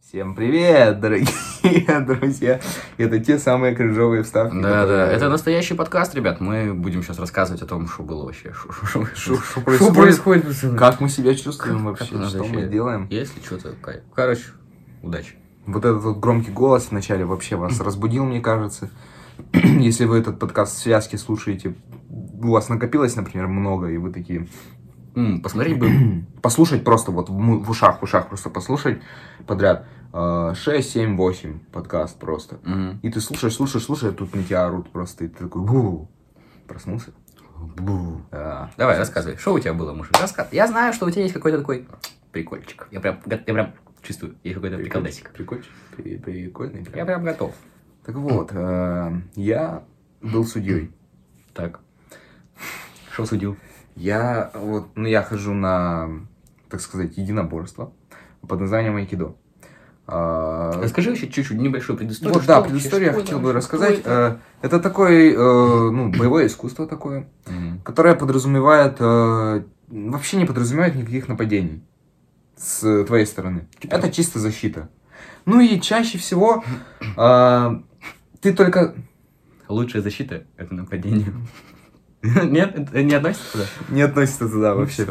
Всем привет, дорогие друзья! Это те самые кринжовые вставки. Да, это настоящий подкаст, ребят. Мы будем сейчас рассказывать о том, что было вообще. Что происходит, пацаны? Как мы себя чувствуем вообще? Что мы делаем? Если что-то, кайф. Короче, удачи. Вот этот вот громкий голос вначале вообще вас разбудил, мне кажется. Если вы этот подкаст в связке слушаете, у вас накопилось, например, много, и вы такие... Посмотреть бы. Послушать просто вот в ушах просто послушать подряд 6, 7, 8 подкаст просто. И ты слушаешь, а тут на тебя орут просто, и ты такой бу, проснулся. Давай, рассказывай, что у тебя было, мужик? Я знаю, что у тебя есть какой-то такой прикольчик. Я прям чувствую, есть какой-то приколдасик. Прикольчик? Прикольный. Я прям готов. Так вот, я был судьей. Так. Что судил? Я хожу на, так сказать, единоборство под названием айкидо. Расскажи вообще чуть-чуть небольшую предысторию. Вот, да, предысторию я хотел бы рассказать. Это такое, боевое искусство такое, которое подразумевает, вообще не подразумевает никаких нападений с твоей стороны. Это чисто защита. Ну и чаще всего ты только... Лучшая защита – это нападение. Нет, это не относится туда? Не относится туда вообще.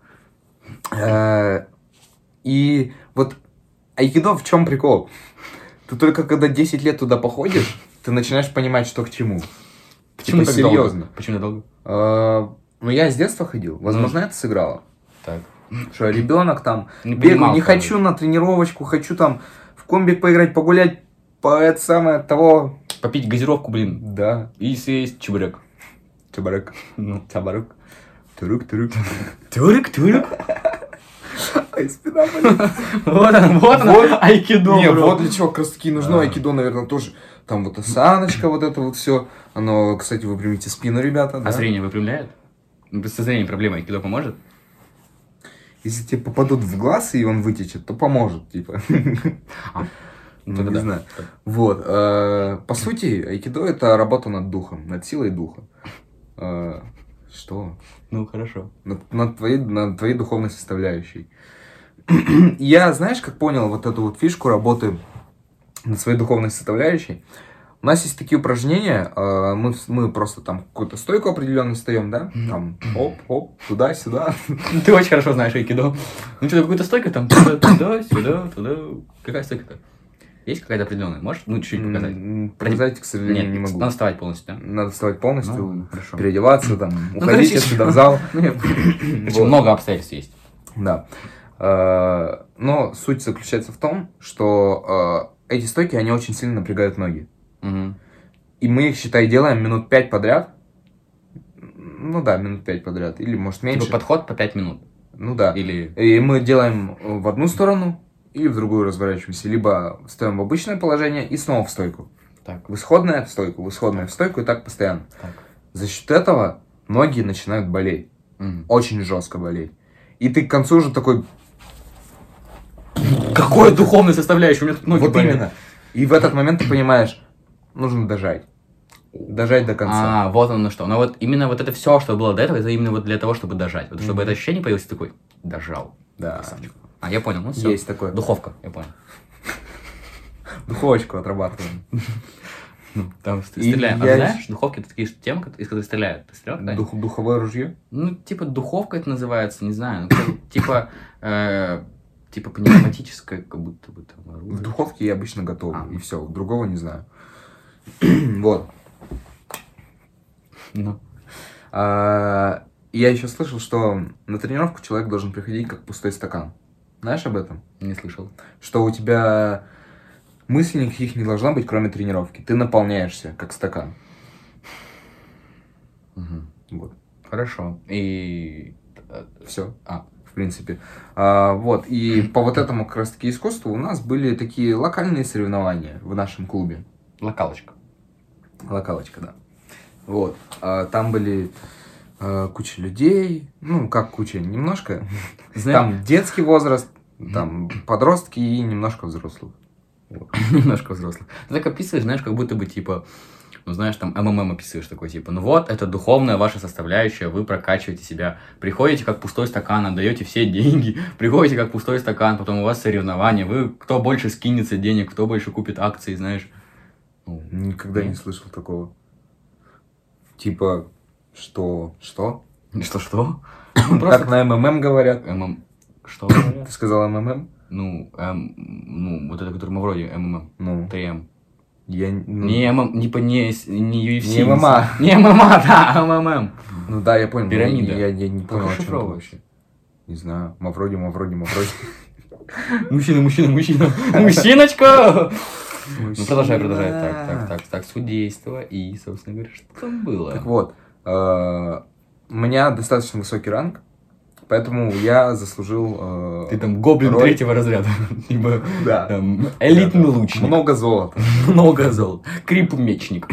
И вот айкидо в чем прикол? Ты только когда 10 лет туда походишь, ты начинаешь понимать, что к чему. Почему так серьезно? Долго? Почему долго? Я с детства ходил. Возможно, это сыграло. Так. Что ребенок там не бегаю, не хочу на тренировочку, хочу там в комбик поиграть, погулять, того... Попить газировку, блин. Да. И съесть чебурек. Чебурек. Чебурек. Турюк. Турюк. Ай, спина болит. Вот айкидо. Не, вот для чего как раз таки нужно айкидо, наверное, тоже. Там вот осаночка, вот это вот все. Оно, кстати, выпрямите спину, ребята. А зрение выпрямляет? Со зрением проблема, айкидо поможет? Если тебе попадут в глаз и он вытечет, то поможет, типа. Не знаю. Вот. По сути, айкидо это работа над духом, над силой духа. Что? Ну, хорошо. Над твоей духовной составляющей. Я, знаешь, как понял вот эту вот фишку работы над своей духовной составляющей? У нас есть такие упражнения, мы просто там какую-то стойку определенную встаем, да? Там хоп, туда-сюда. Ты очень хорошо знаешь айкидо. Ну что, какую-то стойку там туда-сюда. Какая стойка-то? Есть какая-то определенная? Можешь чуть-чуть показать? Показать, к сожалению, не могу. Надо вставать полностью, да? Надо вставать полностью, хорошо. Переодеваться, там, уходить отсюда в зал. Много обстоятельств есть. Да. Но суть заключается в том, что эти стойки, они очень сильно напрягают ноги. И мы их, считай, делаем минут 5 подряд. Ну да, минут 5 подряд. Или, может, меньше. Типа подход по 5 минут. Ну да. И мы делаем в одну сторону и в другую разворачиваемся. Либо встаем в обычное положение и снова в стойку. Так. В исходное в стойку, и так постоянно. Так. За счет этого ноги начинают болеть. Очень жестко болеть. И ты к концу уже такой... Какой духовной составляющей? У меня тут ноги Вот болят. именно. И в этот момент ты понимаешь, нужно дожать. Дожать до конца. Вот оно что. Но вот именно вот это все, что было до этого, это именно вот для того, чтобы дожать. Вот чтобы это ощущение появилось, такой, дожал. Да. Красавчик. Я понял, ну все. Есть такое. Духовка, я понял. Духовочку отрабатываем. Там стреляем. А знаешь, духовки это такие темы, из которых стреляют. Ты стрелял? Духовое ружье? Ну, типа духовка это называется, не знаю. Типа пневматическое, как будто бы там оружие. В духовке я обычно готовлю, и все. Другого не знаю. Вот. Я еще слышал, что на тренировку человек должен приходить как пустой стакан. Знаешь об этом? Не слышал. Что у тебя мыслей никаких не должно быть, кроме тренировки. Ты наполняешься, как стакан. Вот. Хорошо. И... Все. В принципе. Вот. И по вот этому как раз таки искусству у нас были такие локальные соревнования в нашем клубе. Локалочка, да. Вот. Там были куча людей. Ну, как куча? Немножко. Там детский возраст, там подростки и немножко взрослых. Немножко взрослых. Ты так описываешь, знаешь, как будто бы, типа, ну, знаешь, там МММ описываешь такой, типа, ну вот, это духовная ваша составляющая, вы прокачиваете себя, приходите как пустой стакан, отдаете все деньги, приходите как пустой стакан, потом у вас соревнования, вы, кто больше скинется денег, кто больше купит акции, знаешь. Ну, Никогда не слышал такого. Типа, что? Что? Что? Как на МММ говорят. Что говорят? Ты сказал МММ? Ну, вот это, который мы вроде МММ. Ну. 3М. Я... Не UFC. Не ММА. Не ММА, да, МММ. Ну да, я понял. Пирамида. Я не понял, о чем ты вообще. вообще. Не знаю. Мавроди. Мужчина. Мужчиночка! Ну, продолжай. Так, судейство. И, собственно говоря, что там было? Так вот, у меня достаточно высокий ранг, поэтому я заслужил... Ты там гоблин роль. 3-го разряда. Либо Да. там элитный лучник. Много золота. Много золота. Крип-мечник.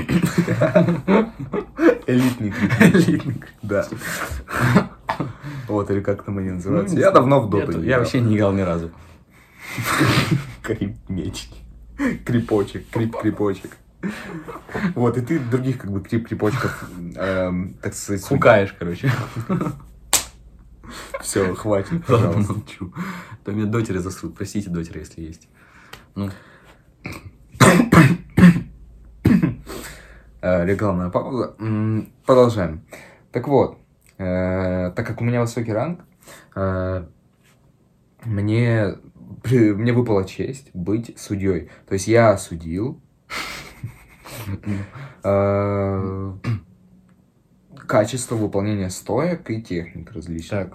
Элитный крип. Да. Вот, или как там они называются. Я давно в доту не Я играл. вообще не играл ни разу. Крип-мечник. Крипочек. Вот, и ты других как бы крип-крипочков, так сказать... Хукаешь, короче. Все, хватит, Ладно, пожалуйста. молчу. То меня дотеры засрут. Простите, дотеры, если есть. Ну. Рекламная пауза. Продолжаем. Так вот, так как у меня высокий ранг, мне выпала честь быть судьей. То есть я судил качество выполнения стоек и техник различных.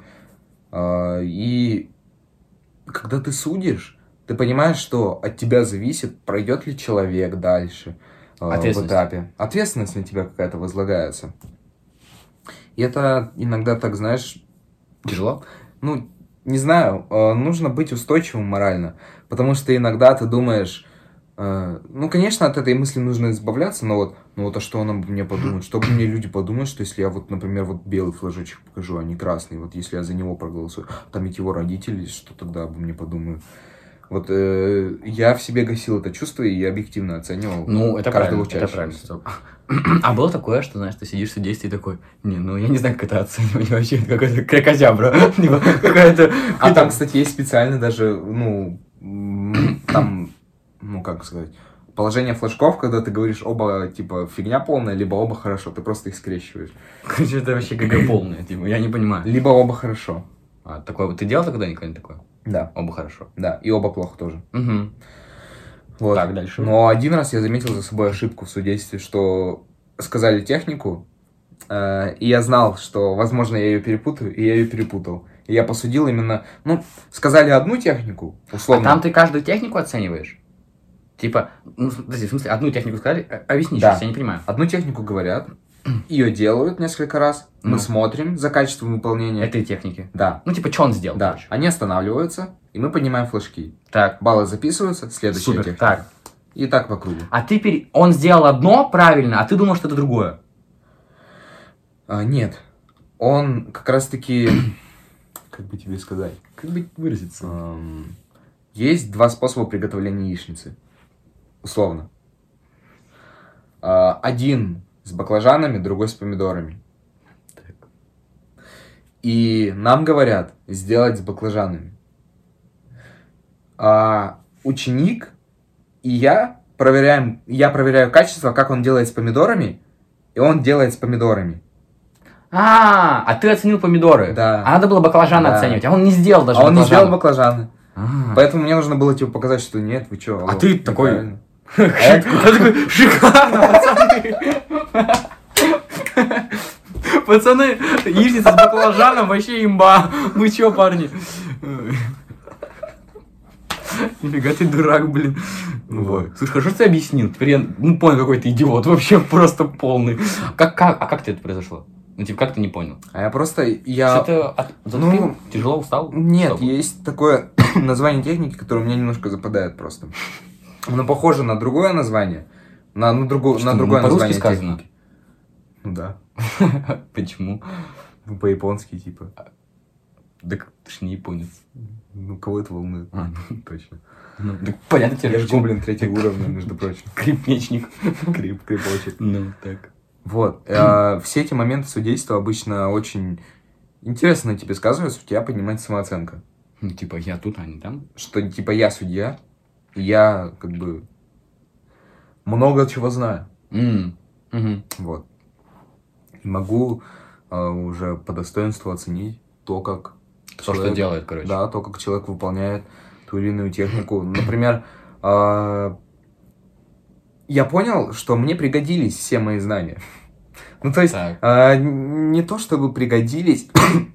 И когда ты судишь, ты понимаешь, что от тебя зависит, пройдет ли человек дальше в этапе. Ответственность на тебя какая-то возлагается. И это иногда так, знаешь... Тяжело? Ну, не знаю, нужно быть устойчивым морально. Потому что иногда ты думаешь... Ну, конечно, от этой мысли нужно избавляться, но вот а что он обо мне подумает? Что обо мне люди подумают, что если я вот, например, вот белый флажочек покажу, а не красный, вот если я за него проголосую, там ведь его родители, что тогда обо мне подумают? Вот я в себе гасил это чувство и объективно оценивал каждого участника. А было такое, что, знаешь, ты сидишь в судействе и такой, я не знаю, как это оценивать вообще, это какая-то кракозябра, какая-то... А там, кстати, есть специально даже, там... как сказать, положение флажков, когда ты говоришь оба, типа, фигня полная, либо оба хорошо, ты просто их скрещиваешь. Короче, это вообще ГГ полное, типа, я не понимаю. Lибо оба хорошо. А, такое, ты делал тогда никогда такое? Да. Оба хорошо. Да, и оба плохо тоже. Угу. Вот. Так, дальше. Но один раз я заметил за собой ошибку в судействе, что сказали технику, и я знал, что, возможно, я ее перепутаю, и я ее перепутал. И я посудил именно, сказали одну технику, условно. А там ты каждую технику оцениваешь? Типа, подожди, в смысле, одну технику сказали? Объясни Да. сейчас, я не понимаю. Одну технику говорят, ее делают несколько раз, мы смотрим за качеством выполнения. Этой техники? Да. Типа, что он сделал? Да, короче? они останавливаются, и мы поднимаем флажки. Так. Баллы записываются, следующая Супер, техника. так. И так по кругу. А он сделал одно правильно, а ты думал, что это другое? Нет. Он как раз-таки... Как бы тебе сказать? Как бы выразиться? Есть два способа приготовления яичницы. Условно. Один с баклажанами, другой с помидорами. Так. И нам говорят сделать с баклажанами. А ученик и я проверяю качество, как он делает с помидорами, и он делает с помидорами. А ты оценил помидоры? Да. А надо было баклажаны оценивать, а он не сделал даже он баклажаны. не сделал баклажаны. А. Поэтому мне нужно было показать, что нет, вы чё. А ты такой... неправильно. Я такой, шикарно, пацаны. Пацаны, яичница с баклажаном вообще имба. Вы чё, парни? Нифига ты дурак, блин. Вот. Слушай, хорошо, что ты объяснил. Теперь я понял, какой ты идиот. Вообще просто полный. А как это произошло? Как ты не понял? А я просто... Что-то тяжело устал? Нет, есть такое название техники, которое у меня немножко западает просто. Оно похоже на другое название. На другое название сказано? техники. Ну да. Почему? По-японски, типа. Так ты ж не японец. Ну, кого это волнует? А, ну, точно. Ну, так понятно тебе. Я же гоблин 3-го уровня, между прочим. Крепничник. Крепочек. Ну, так. Вот. Все эти моменты судейства обычно очень интересно тебе сказываются, у тебя поднимается самооценка. Ну, типа, я тут, а не там. Что, типа, я судья, я, как бы, много чего знаю. Вот. И могу уже по достоинству оценить то, как То, что делает, короче. Да, то, как человек выполняет ту или иную технику. Например, я понял, что мне пригодились все мои знания. Ну, то есть, не то, чтобы пригодились,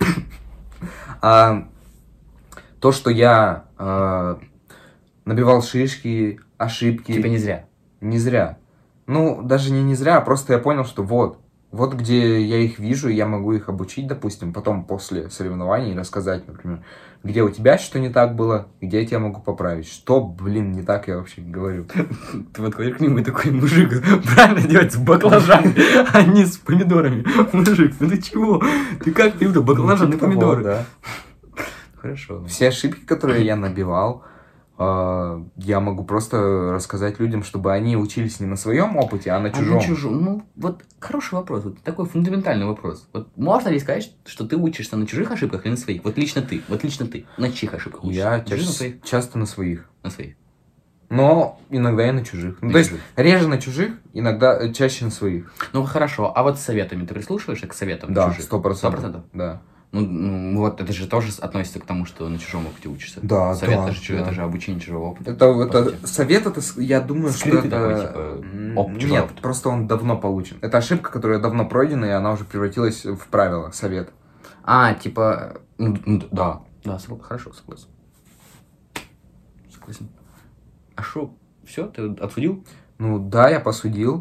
а то, что я набивал шишки, ошибки. Типа не зря. Не зря. Ну, даже не зря, а просто я понял, что вот где я их вижу, я могу их обучить, допустим, потом после соревнований рассказать, например, где у тебя что не так было, где я тебя могу поправить. Что, блин, не так я вообще говорю. Ты подходишь к нему и такой: мужик, правильно делать с баклажанами, а не с помидорами. Мужик, ну ты чего? Ты как ты баклажаны, помидоры? Да. Хорошо. Все ошибки, которые я набивал, я могу просто рассказать людям, чтобы они учились не на своем опыте, а на чужом. На чужом. Ну, вот хороший вопрос, вот такой фундаментальный вопрос. Вот можно ли сказать, что ты учишься на чужих ошибках или на своих? Вот лично ты, на чьих ошибках учишься? Я часто на своих. На своих. Но иногда и на чужих. Ну, то есть, реже на чужих, иногда чаще на своих. Ну, хорошо. А вот с советами ты прислушиваешься к советам да, чужих? 100%. Да. Ну, вот это же тоже относится к тому, что на чужом опыте учишься. Да, совет, да. Это же обучение чужого опыта. Совет, я думаю, скрытый что это... такой, типа, Нет, просто он давно получен. Это ошибка, которая давно пройдена, и она уже превратилась в правило, совет. Типа... Да. Да, хорошо, согласен. Согласен. А шо, все, ты отсудил? Ну, да, я посудил.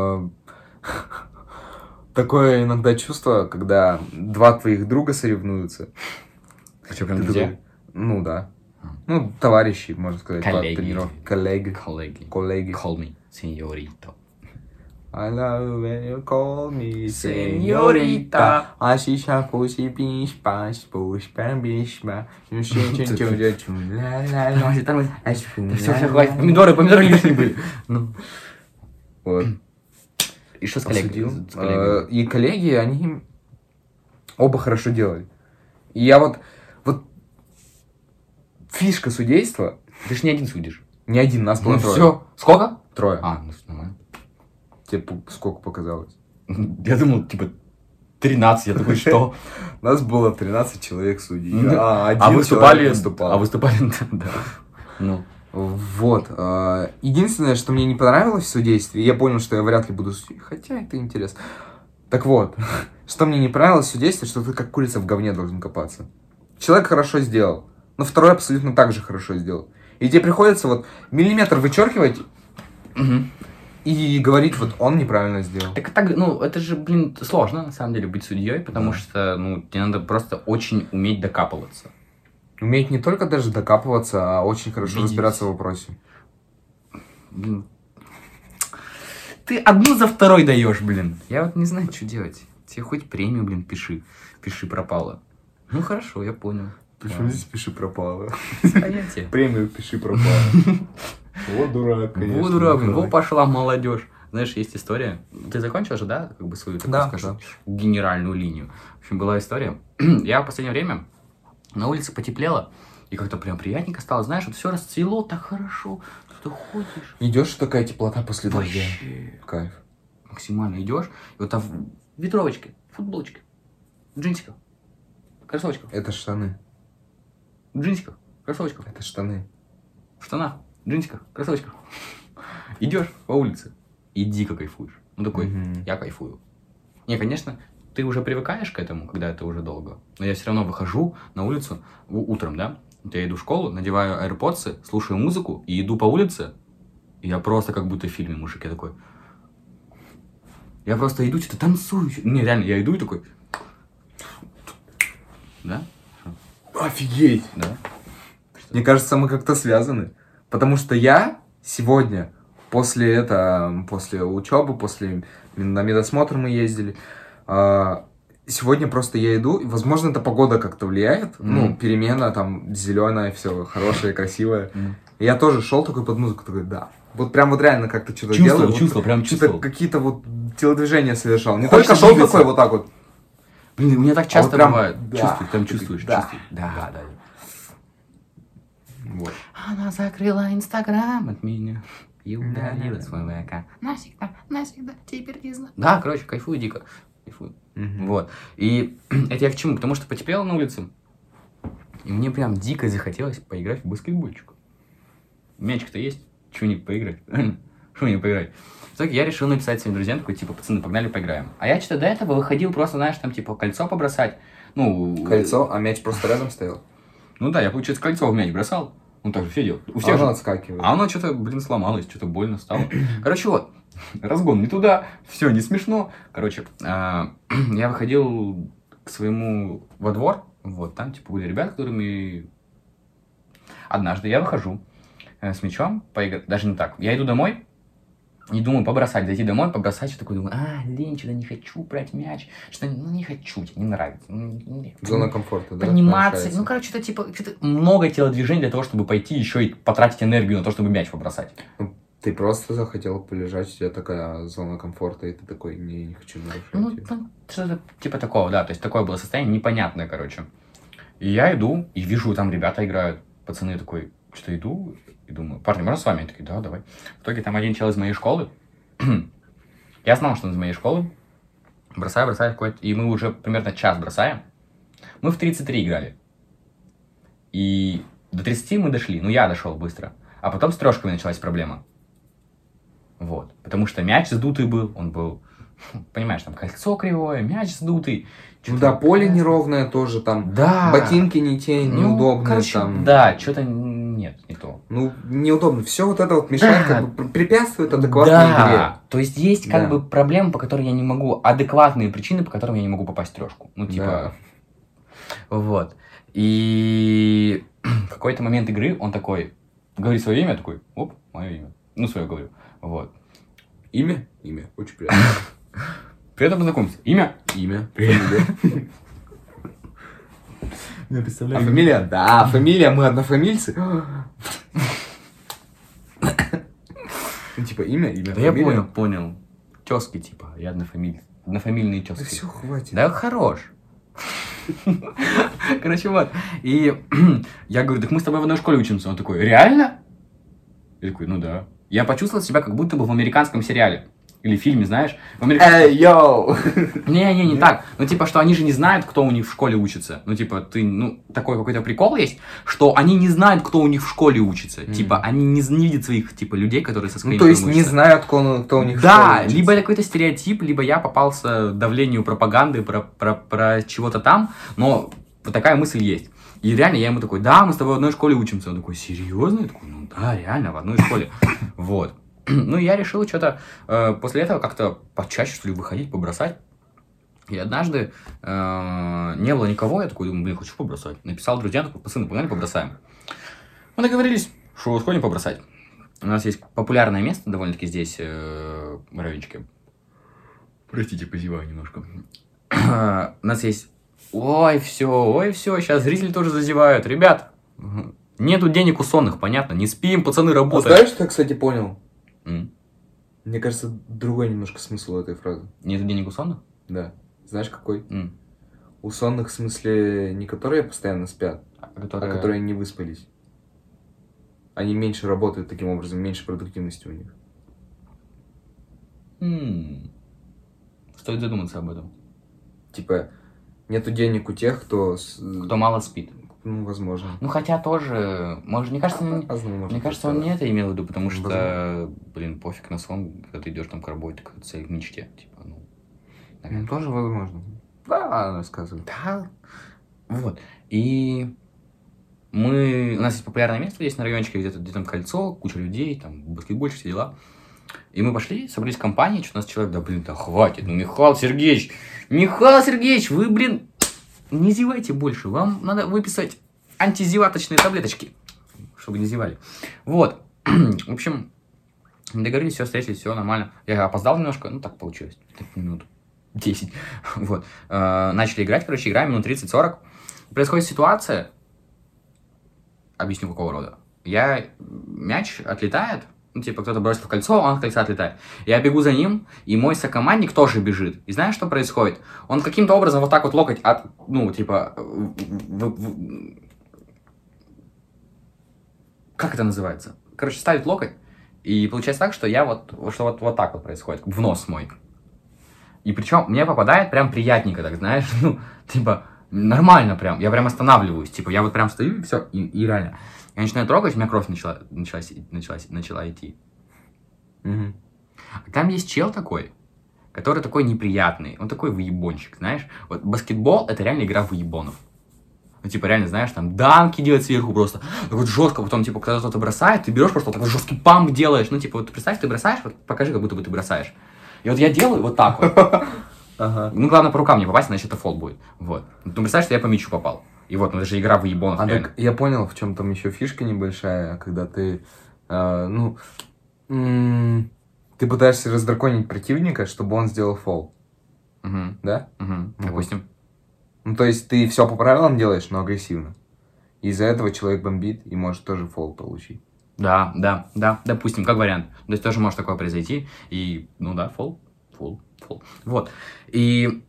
Такое иногда чувство, когда два твоих друга соревнуются. А что, прям друзья? Ну, да. Ну, товарищи, можно сказать. Коллеги. Коллеги. Call me, señorita. I love when you call me señorita. А сейчас пусть и пиш-паш, пуш-пам-биш-ба. Все, хватит. Помидоры лишние были. Вот. И что с коллегами? И коллеги, они оба хорошо делали. И я вот фишка судейства. Ты ж не один судишь. Не один, нас было трое. Все. Сколько? Трое. Ну нормально. Тебе сколько показалось? Я думал, типа, 13. Я такой, что? Нас было 13 человек судей. А выступали? Да. Ну. Вот. Единственное, что мне не понравилось в судействе, я понял, что я вряд ли буду судить, хотя это интересно. Так вот, что мне не понравилось в судействе, что ты как курица в говне должен копаться. Человек хорошо сделал, но второй абсолютно так же хорошо сделал. И тебе приходится вот миллиметр вычеркивать и говорить, вот он неправильно сделал. Так, ну, это же, блин, сложно, на самом деле, быть судьей, потому что, ну, тебе надо просто очень уметь докапываться. Уметь не только даже докапываться, а очень хорошо разбираться в вопросе. Ты одну за второй даешь, блин. Я вот не знаю, что делать. Тебе хоть премию, блин, пиши. Пиши пропало. Ну хорошо, я понял. Почему здесь пиши пропало? Понятие. Премию пиши пропало. Вот дурак, конечно. Вот дурак, вот пошла молодежь. Знаешь, есть история. Ты закончил же, да, как бы свою, такую, скажем, генеральную линию. В общем, была история. Я в последнее время на улице потеплело, и как-то прям приятненько стало. Знаешь, вот все расцвело так хорошо. Ты ходишь. Идешь, такая теплота после дождя. Кайф. Максимально идешь. И вот там в ветровочке, футболочке, джинсиках, кроссовочках. Это штаны. Джинсиках, кроссовочках. Это штаны. В штанах, джинсиках, кроссовочках. Идешь по улице и дико кайфуешь. Ну такой, я кайфую. Не, конечно, ты уже привыкаешь к этому, когда это уже долго. Но я все равно выхожу на улицу утром, да? Я иду в школу, надеваю AirPods, слушаю музыку и иду по улице. И я просто как будто в фильме, мужик. Я такой... Я просто иду, что-то танцую. Не, реально, я иду и такой... Да? Офигеть! Да? Мне кажется, мы как-то связаны. Потому что я сегодня, после учебы, на медосмотр мы ездили, сегодня просто я иду, и, возможно, эта погода как-то влияет, ну, перемена, там, зеленая, все хорошее, красивое. И я тоже шел такой под музыку, такой, да. Вот прям вот реально как-то что-то делал. Чувствовал. Что-то какие-то вот телодвижения совершал. Не только шел такой вот так вот. Блин, у меня так часто прям, бывает. да, Чувствуешь. да. Вот. Она закрыла Инстаграм от меня и удалила свой ВК. Навсегда, теперь не знаю. Да, короче, кайфую дико. Вот. И это я к чему? Потому что потеплело на улице. И мне прям дико захотелось поиграть в баскетбольчик. Мячик-то есть, чего не поиграть? Что не поиграть? В итоге я решил написать своим друзьям, такой, типа, пацаны, погнали поиграем. А я что-то до этого выходил просто, знаешь, там, типа, кольцо побросать. Ну... Кольцо? А мяч просто рядом стоял? Ну да, я, получается, кольцо в мяч бросал. Он так же все делал. У всех оно же... отскакивает. А оно что-то, блин, сломалось, что-то больно стало. Короче, вот, разгон не туда, все не смешно. Короче, я выходил к своему во двор, вот, там, типа, были ребята, которыми... Однажды я выхожу с мячом, поиграть, даже не так, я иду домой, и думаю побросать, зайти домой, побросать, что такое, думаю, лень, что-то не хочу брать мяч, что не хочу, тебе не нравится. Зона комфорта, да? Подниматься, ну, короче, что-то типа, много телодвижений для того, чтобы пойти еще и потратить энергию на то, чтобы мяч побросать. Ты просто захотел полежать, у тебя такая зона комфорта, и ты такой, не хочу нарушать. Ну, что-то типа такого, да, то есть такое было состояние непонятное, короче. И я иду, и вижу, там ребята играют, пацаны, я такой, что иду, и думаю, парни, можно с вами? Они такие, да, давай. В итоге там один чел из моей школы, я знал, что он из моей школы, бросаю какой-то, и мы уже примерно час бросаем. Мы в 33 играли. И до 30 мы дошли, ну я дошел быстро. А потом с трешками началась проблема. Вот. Потому что мяч сдутый был, он был, понимаешь, там кольцо кривое, мяч сдутый. Ну да, поле неровное тоже, там да. Ботинки не те, неудобные. Короче, там. Да, что-то нет, не то. Ну, неудобно. Все вот это вот мешает, как бы препятствует адекватной игре. То есть есть как бы проблемы, по которым я не могу, адекватные причины, по которым я не могу попасть в трешку. Ну, типа, вот. И в какой-то момент игры он такой, говорит свое имя, такой, оп, мое имя. Ну, свое говорю. Вот. Имя? Имя. Очень приятно. Приятно познакомиться. Имя? Имя. Фамилия. Я представляю. А фамилия? Да, фамилия, мы однофамильцы. Ну, типа, имя, да фамилия. Я понял. Тезки, типа, я однофамильные тезки. Да все, хватит. Да хорош. Короче, вот. И я говорю, так мы с тобой в одной школе учимся. Он такой, реально? Я такой, ну да. Я почувствовал себя как будто бы в американском сериале. Или фильме, знаешь. Эй, йоу! Не так. Ну, типа, что они же не знают, кто у них в школе учится. Ну, типа, такой какой-то прикол есть, что они не знают, кто у них в школе учится. Типа, они не видят своих, типа, людей, которые со своими то есть, не знают, кто у них в школе учится. Да, либо это какой-то стереотип, либо я попался давлению пропаганды про чего-то там, но вот такая мысль есть. И реально я ему такой, да, мы с тобой в одной школе учимся. Он такой, серьезно? Я такой, ну да, реально, в одной школе. Вот. Ну, я решил что-то после этого как-то почаще, что ли, выходить, побросать. И однажды не было никого, я такой думаю, блин, хочу побросать. Написал друзьям, такой, пацаны, погнали побросаем. Мы договорились, что сходим побросать. У нас есть популярное место довольно-таки здесь, в райончике. Простите, позеваю немножко. У нас есть... Ой, все, сейчас зрители тоже зазевают. Ребят, нету денег у сонных, понятно? Не спим, пацаны, работают. А знаешь, что я, кстати, понял? Мне кажется, другой немножко смысл у этой фразы. Нету денег у сонных? Да. Знаешь, какой? У сонных в смысле не которые постоянно спят, а которые не выспались. Они меньше работают таким образом, меньше продуктивности у них. Стоит задуматься об этом. Типа, нету денег у тех, кто мало спит. Ну, возможно. Ну, хотя тоже, может, мне кажется, он не это имел в виду, потому что, блин, пофиг на сон, когда ты идешь там к работе, как цель в мечте, типа, наверное. Тоже возможно. Да, рассказывай. Да. Вот. И у нас есть популярное место здесь на райончике, где там кольцо, куча людей, там баскетбольщик, все дела. И мы пошли, собрались в компании, что у нас человек, да хватит, Михаил Сергеевич, вы, блин, не зевайте больше, вам надо выписать антизеваточные таблеточки, чтобы не зевали. Вот, в общем, договорились, все, встретились, все нормально. Я опоздал немножко, так получилось, 5 минут. 10. Вот. Начали играть, короче, играем минут 30-40. Происходит ситуация, объясню какого рода. Мяч отлетает, ну, типа, кто-то бросил в кольцо, он от кольца отлетает. Я бегу за ним, и мой сокомандник тоже бежит. И знаешь, что происходит? Он каким-то образом вот так вот локоть ну, типа, как это называется? Короче, ставит локоть, и получается так, что я вот так вот происходит, в нос мой. И причем мне попадает прям приятненько, так, знаешь, ну, типа, нормально прям, я прям останавливаюсь, типа, я вот прям стою, и все, и реально. Я начинаю трогать, у меня кровь начала идти. Угу. Там есть чел такой, который такой неприятный, он такой выебончик, знаешь. Вот баскетбол — это реально игра выебонов. Ну, типа, реально, знаешь, там, данки делать сверху просто, так вот жестко, потом, типа, когда кто-то бросает, ты берешь просто вот такой жесткий памп делаешь, ну, типа, вот представь, ты бросаешь, вот покажи, как будто бы ты бросаешь. И вот я делаю вот так вот. Ага. Ну, главное, по рукам не попасть, иначе это фол будет. Вот. Ну, представь, что я по мячу попал. И вот, ну, это же игра выебонов, так я понял, в чем там еще фишка небольшая, когда ты, ты пытаешься раздраконить противника, чтобы он сделал фол. Угу. Да? Угу. Допустим. Ну, то есть ты все по правилам делаешь, но агрессивно. Из-за этого человек бомбит и может тоже фол получить. Да, допустим, как вариант. То есть тоже может такое произойти. И, ну да, фол. Вот. И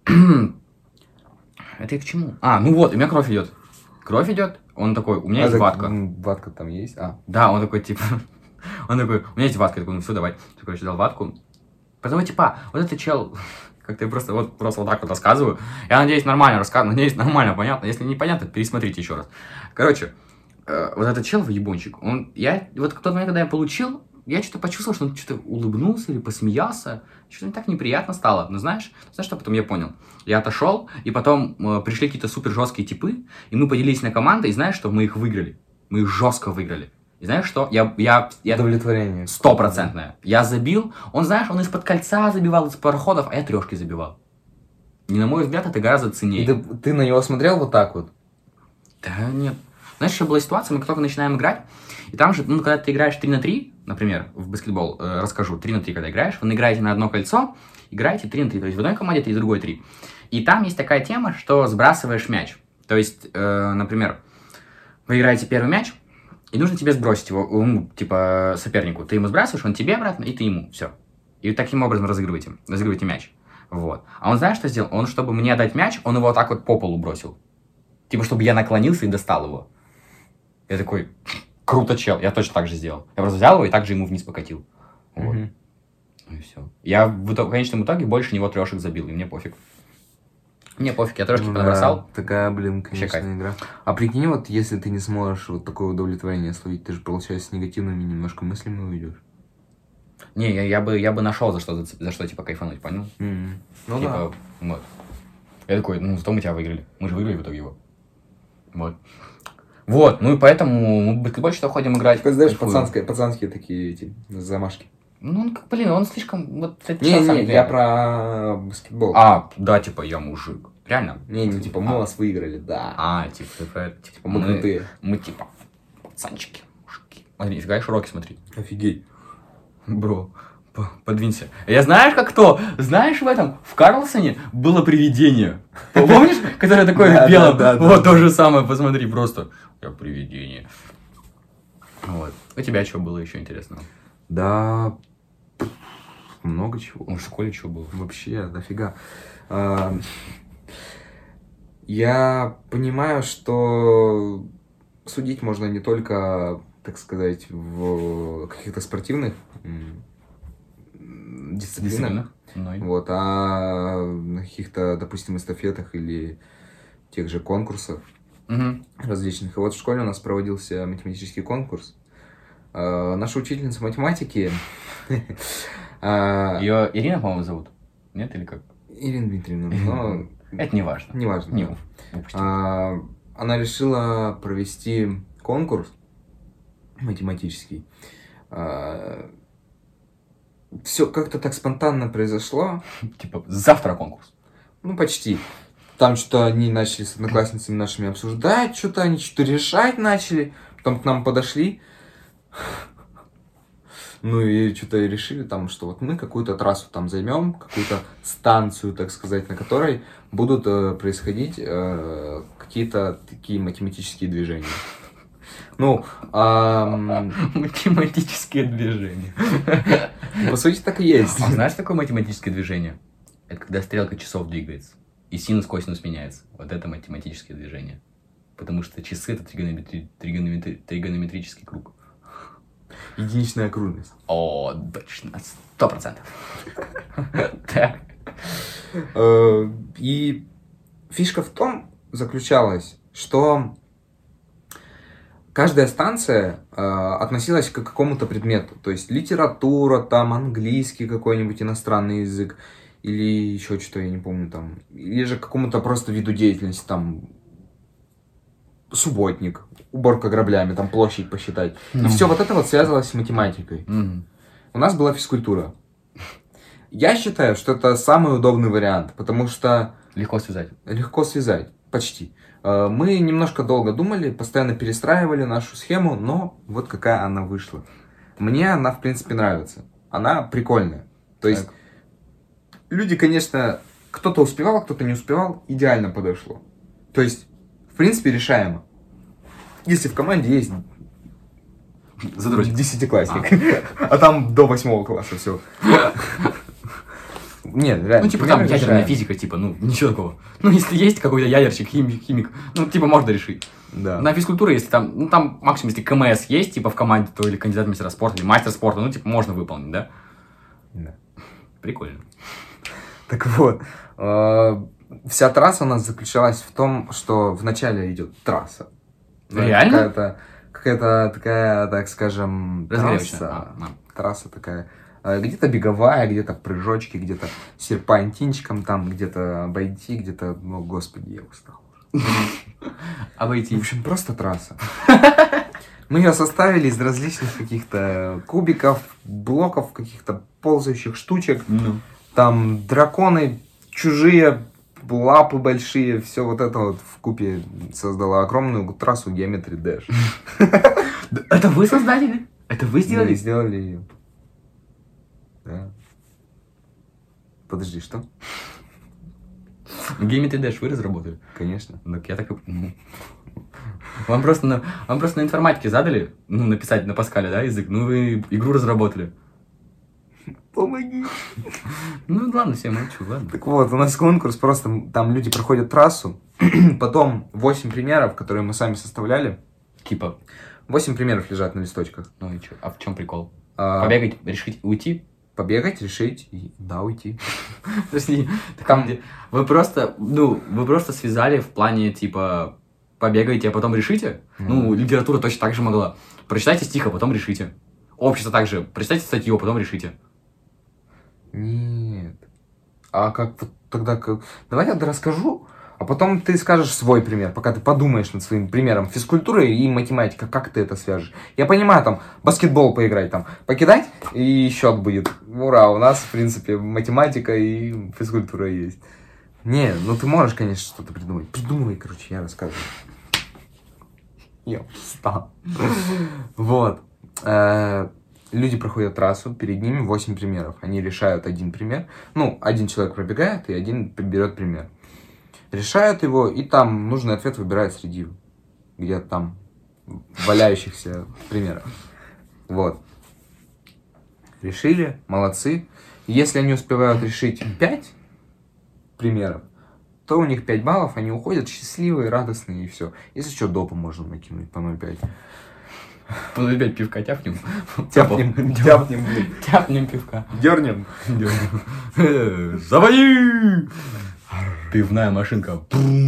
это и к чему? Ну вот, у меня кровь идет. Он такой, у меня есть ватка. Ватка там есть? Да, он такой, типа, у меня есть ватка. Я такой, ну все, давай. Ты, короче, дал ватку. Потом, типа, вот этот чел, как-то я просто вот так вот рассказываю. Я надеюсь, нормально рассказываю, надеюсь, нормально понятно. Если не понятно, пересмотрите еще раз. Короче, вот этот чел, выебончик, вот в тот момент, когда я получил, я что-то почувствовал, что он что-то улыбнулся или посмеялся. Что-то не так неприятно стало. Но знаешь, что потом я понял? Я отошел, и потом пришли какие-то супер жесткие типы, и мы поделились на команды, и знаешь, что мы их выиграли. Мы их жестко выиграли. И знаешь что? Я удовлетворение. 100%. Я забил. Он, знаешь, он из-под кольца забивал, из пароходов, а я трешки забивал. И, на мой взгляд, это гораздо ценнее. И ты на него смотрел вот так вот? Да нет. Знаешь, еще была ситуация, мы только начинаем играть, и там же, ну, когда ты играешь 3 на 3, например, в баскетбол, расскажу, 3 на 3, когда играешь, вы играете на одно кольцо, играете 3 на 3, то есть в одной команде 3, в другой 3. И там есть такая тема, что сбрасываешь мяч. То есть, например, вы играете первый мяч, и нужно тебе сбросить его, типа, сопернику. Ты ему сбрасываешь, он тебе обратно, и ты ему, все. И таким образом разыгрываете мяч. Вот. А он, знаешь, что сделал? Он, чтобы мне отдать мяч, он его вот так вот по полу бросил. Типа, чтобы я наклонился и достал его. Я такой, круто, чел. Я точно так же сделал. Я просто взял его и также ему вниз покатил. Вот. И все. Я в конечном итоге больше него трешек забил, и мне пофиг. Мне пофиг, я трешки понабросал. Такая, конечно, игра. А прикинь, вот если ты не сможешь вот такое удовлетворение словить, ты же, получается, с негативными немножко мыслями уйдешь. Не, я бы нашел за что типа кайфануть, понял? Ну типа, да. Вот. Я такой, ну зато мы тебя выиграли. Мы же выиграли в итоге его. Вот, ну и поэтому мы в баскетбол что ходим играть. Ты знаешь, пацанские такие эти замашки. Ну, он слишком... Вот, не, я про баскетбол. Да, типа, я мужик. Реально? Не, типа, мы вас выиграли, да. Типа, мы крутые. Мы, типа, пацанчики, мужики. Смотри, нифига и широкий, смотри. Офигеть. Бро, подвинься. Я знаешь, как кто? Знаешь, в Карлсоне было привидение. Помнишь? Которое такое в белом? Вот то же самое, посмотри, просто. Я привидение. Вот. У тебя что было еще интересного? Да, много чего. В школе что было? Вообще, дофига. Я понимаю, что судить можно не только, так сказать, в каких-то спортивных дисциплинах, вот, а на каких-то, допустим, эстафетах или тех же конкурсах различных. И вот в школе у нас проводился математический конкурс. Наша учительница математики... Ее Ирина, по-моему, зовут? Нет, или как? Ирина Дмитриевна, но... Это не важно. Не важно. Она решила провести конкурс математический. Все как-то так спонтанно произошло. Типа, завтра конкурс? Ну, почти. Там что-то они начали с одноклассницами нашими обсуждать, они что-то решать начали. Потом к нам подошли. Ну и что-то решили там, что вот мы какую-то трассу там займем, какую-то станцию, так сказать, на которой будут происходить какие-то такие математические движения. Ну, математические движения. По сути, так и есть. А знаешь, такое математическое движение? Это когда стрелка часов двигается, и синус косинус меняется. Вот это математические движения. Потому что часы — это тригонометрический круг. Единичная окружность. О, точно, 100%. Так. И фишка в том заключалась, что каждая станция относилась к какому-то предмету. То есть литература, там английский какой-нибудь иностранный язык, или еще что-то, я не помню, там, или же к какому-то просто виду деятельности, там, субботник, уборка граблями, там, площадь посчитать. И все вот это вот связывалось с математикой. У нас была физкультура. Я считаю, что это самый удобный вариант, потому что... Легко связать. Легко связать, почти. Мы немножко долго думали, постоянно перестраивали нашу схему, но вот какая она вышла. Мне она, в принципе, нравится. Она прикольная. То есть, люди, конечно, кто-то успевал, кто-то не успевал, идеально подошло. То есть, в принципе, решаемо. Если в команде есть десятиклассник, а там до 8 класса все. Нет, реально. Ну, типа, там ядерная физика, типа, ну, ничего такого. Ну, если есть какой-то ядерщик, химик, ну, типа, можно решить. Да. На физкультуре, если там, ну, там максимум, если КМС есть, типа, в команде, то или кандидат в мастера спорта, или мастер спорта, ну, типа, можно выполнить, да? Да. Прикольно. Так вот, вся трасса у нас заключалась в том, что вначале идет трасса. Реально? Какая-то такая, так скажем, трасса такая. Где-то беговая, где-то прыжочки, где-то серпантинчиком, там где-то обойти, где-то, ну, господи, я устал. Обойти. В общем, просто трасса. Мы ее составили из различных каких-то кубиков, блоков, каких-то ползающих штучек. Там драконы, чужие, лапы большие, все вот это вот вкупе создало огромную трассу Geometry Dash. Это вы создатели? Это вы сделали? Мы сделали ее. Да. Подожди, что? Geometry Dash вы разработали? Конечно. Так я так и... Вам просто на информатике задали, ну, написать на Паскале, да, язык, ну, вы игру разработали. Помоги. Ну, ладно, все, молчу, ладно. Так вот, у нас конкурс, просто там люди проходят трассу, потом 8 примеров, которые мы сами составляли. Типа? 8 примеров лежат на листочках. Ну и что? А в чем прикол? Побегать, решить, уйти? Побегать, решить и, да, уйти. Подожди, там вы просто связали в плане, типа, побегаете, а потом решите? Ну, литература точно так же могла. Прочитайте стих, а потом решите. Общество также. Прочитайте статью, а потом решите. Нет. А как вот тогда... Давай я расскажу, а потом ты скажешь свой пример, пока ты подумаешь над своим примером физкультуры и математика, как ты это свяжешь. Я понимаю, там, баскетбол поиграть, там, покидать, и счет будет. Ура, у нас, в принципе, математика и физкультура есть. Не, ну ты можешь, конечно, что-то придумать. Придумывай, короче, я рассказываю. Я устал. Вот. Люди проходят трассу, перед ними 8 примеров. Они решают один пример. Ну, один человек пробегает, и один берет пример. Решают его, и там нужный ответ выбирают среди где-то там валяющихся примеров. Вот. Решили, молодцы. Если они успевают решить 5 примеров, то у них 5 баллов, они уходят счастливые, радостные, и все. Если что, допу можно накинуть по 0,5. По 0,5 пивка тяпнем. Тяпнем пивка. Дернем. Заводи! Пивная машинка.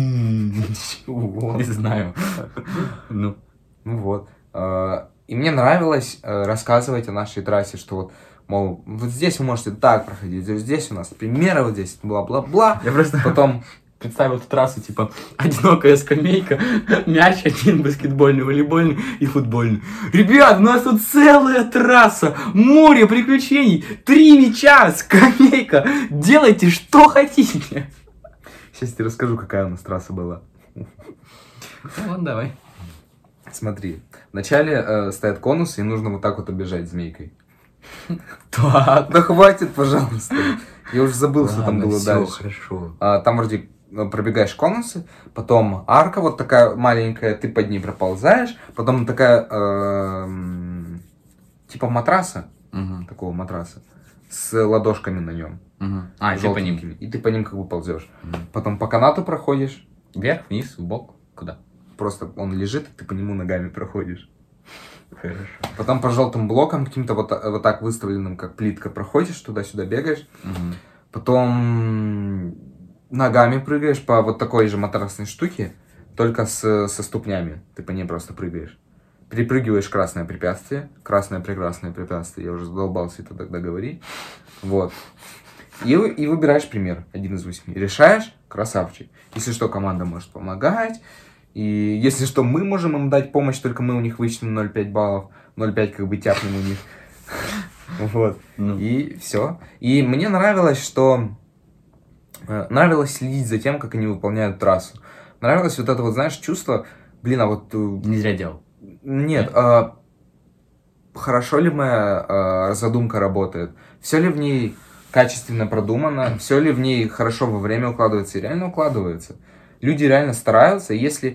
Не знаю. Ну вот. И мне нравилось рассказывать о нашей трассе, что вот, мол, вот здесь вы можете так проходить, здесь у нас примеры, вот здесь бла-бла-бла. Я просто потом представил эту трассу, типа, одинокая скамейка, мяч один, баскетбольный, волейбольный и футбольный. Ребят, у нас тут целая трасса, море приключений, 3 мяча, скамейка, делайте что хотите. Сейчас я тебе расскажу, какая у нас трасса была. Ну, давай. Смотри, вначале стоят конусы, и нужно вот так вот оббежать змейкой. Так. Да хватит, пожалуйста. Я уже забыл, что там было дальше. Хорошо. Там вроде пробегаешь конусы, потом арка вот такая маленькая, ты под ней проползаешь, потом такая, типа матраса, такого матраса, с ладошками на нем. А, и ты по ним. И ты по ним как бы ползешь. Потом по канату проходишь. Вверх, вниз, вбок, куда? Просто он лежит, и ты по нему ногами проходишь. Хорошо. Потом по желтым блокам, каким-то вот так выставленным, как плитка, проходишь, туда-сюда бегаешь. Потом ногами прыгаешь по вот такой же матрасной штуке, только со ступнями. Ты по ней просто прыгаешь. Перепрыгиваешь красное препятствие. Красное прекрасное препятствие. Я уже задолбался это тогда говорить. Вот. И выбираешь пример. 1 из 8. Решаешь? Красавчик. Если что, команда может помогать. И если что, мы можем им дать помощь, только мы у них вычтем 0,5 баллов. 0,5 как бы тяпнем у них. Вот. И все. И мне нравилось, что... Нравилось следить за тем, как они выполняют трассу. Нравилось вот это вот, знаешь, чувство... Блин, а вот... Не зря делал. Нет. Хорошо ли моя задумка работает? Все ли в ней качественно продумано? Все ли в ней хорошо во время укладывается? И реально укладывается. Люди реально стараются. Если